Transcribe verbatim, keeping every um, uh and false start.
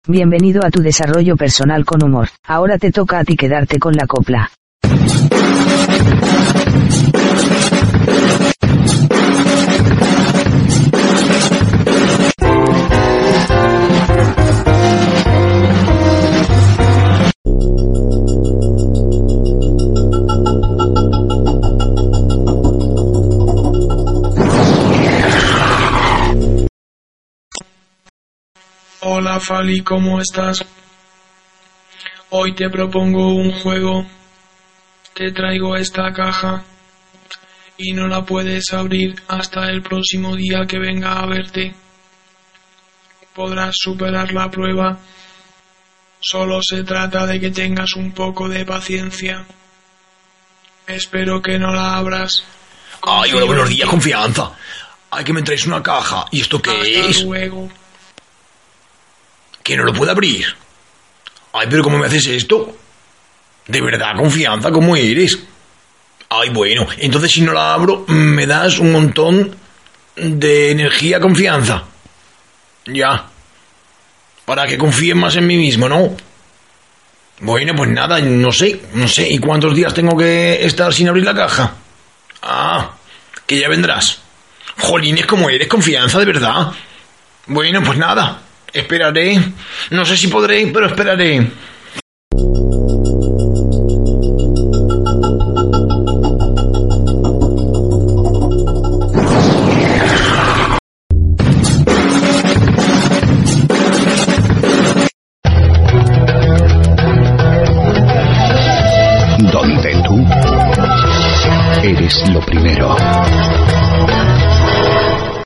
Bienvenido a tu desarrollo personal con humor. Ahora te toca a ti quedarte con la copla. Hola Fali, ¿cómo estás? Hoy te propongo un juego. Te traigo esta caja y no la puedes abrir hasta el próximo día que venga a verte. Podrás superar la prueba. Solo se trata de que tengas un poco de paciencia. Espero que no la abras. Ay, hola, buenos días, confianza. Ay, que me traes una caja. ¿Y esto qué Hasta es? luego. Que no lo puedo abrir. Ay, pero ¿cómo me haces esto? De verdad, confianza, ¿cómo eres? Ay, bueno, entonces si no la abro, me das un montón de energía, confianza. Ya. Para que confíe más en mí mismo, ¿no? Bueno, pues nada, no sé, no sé. ¿Y cuántos días tengo que estar sin abrir la caja? Ah, que ya vendrás. Jolines, ¿cómo eres? Confianza, de verdad. Bueno, pues nada. Esperaré. No sé si podré, pero esperaré. Donde tú eres lo primero.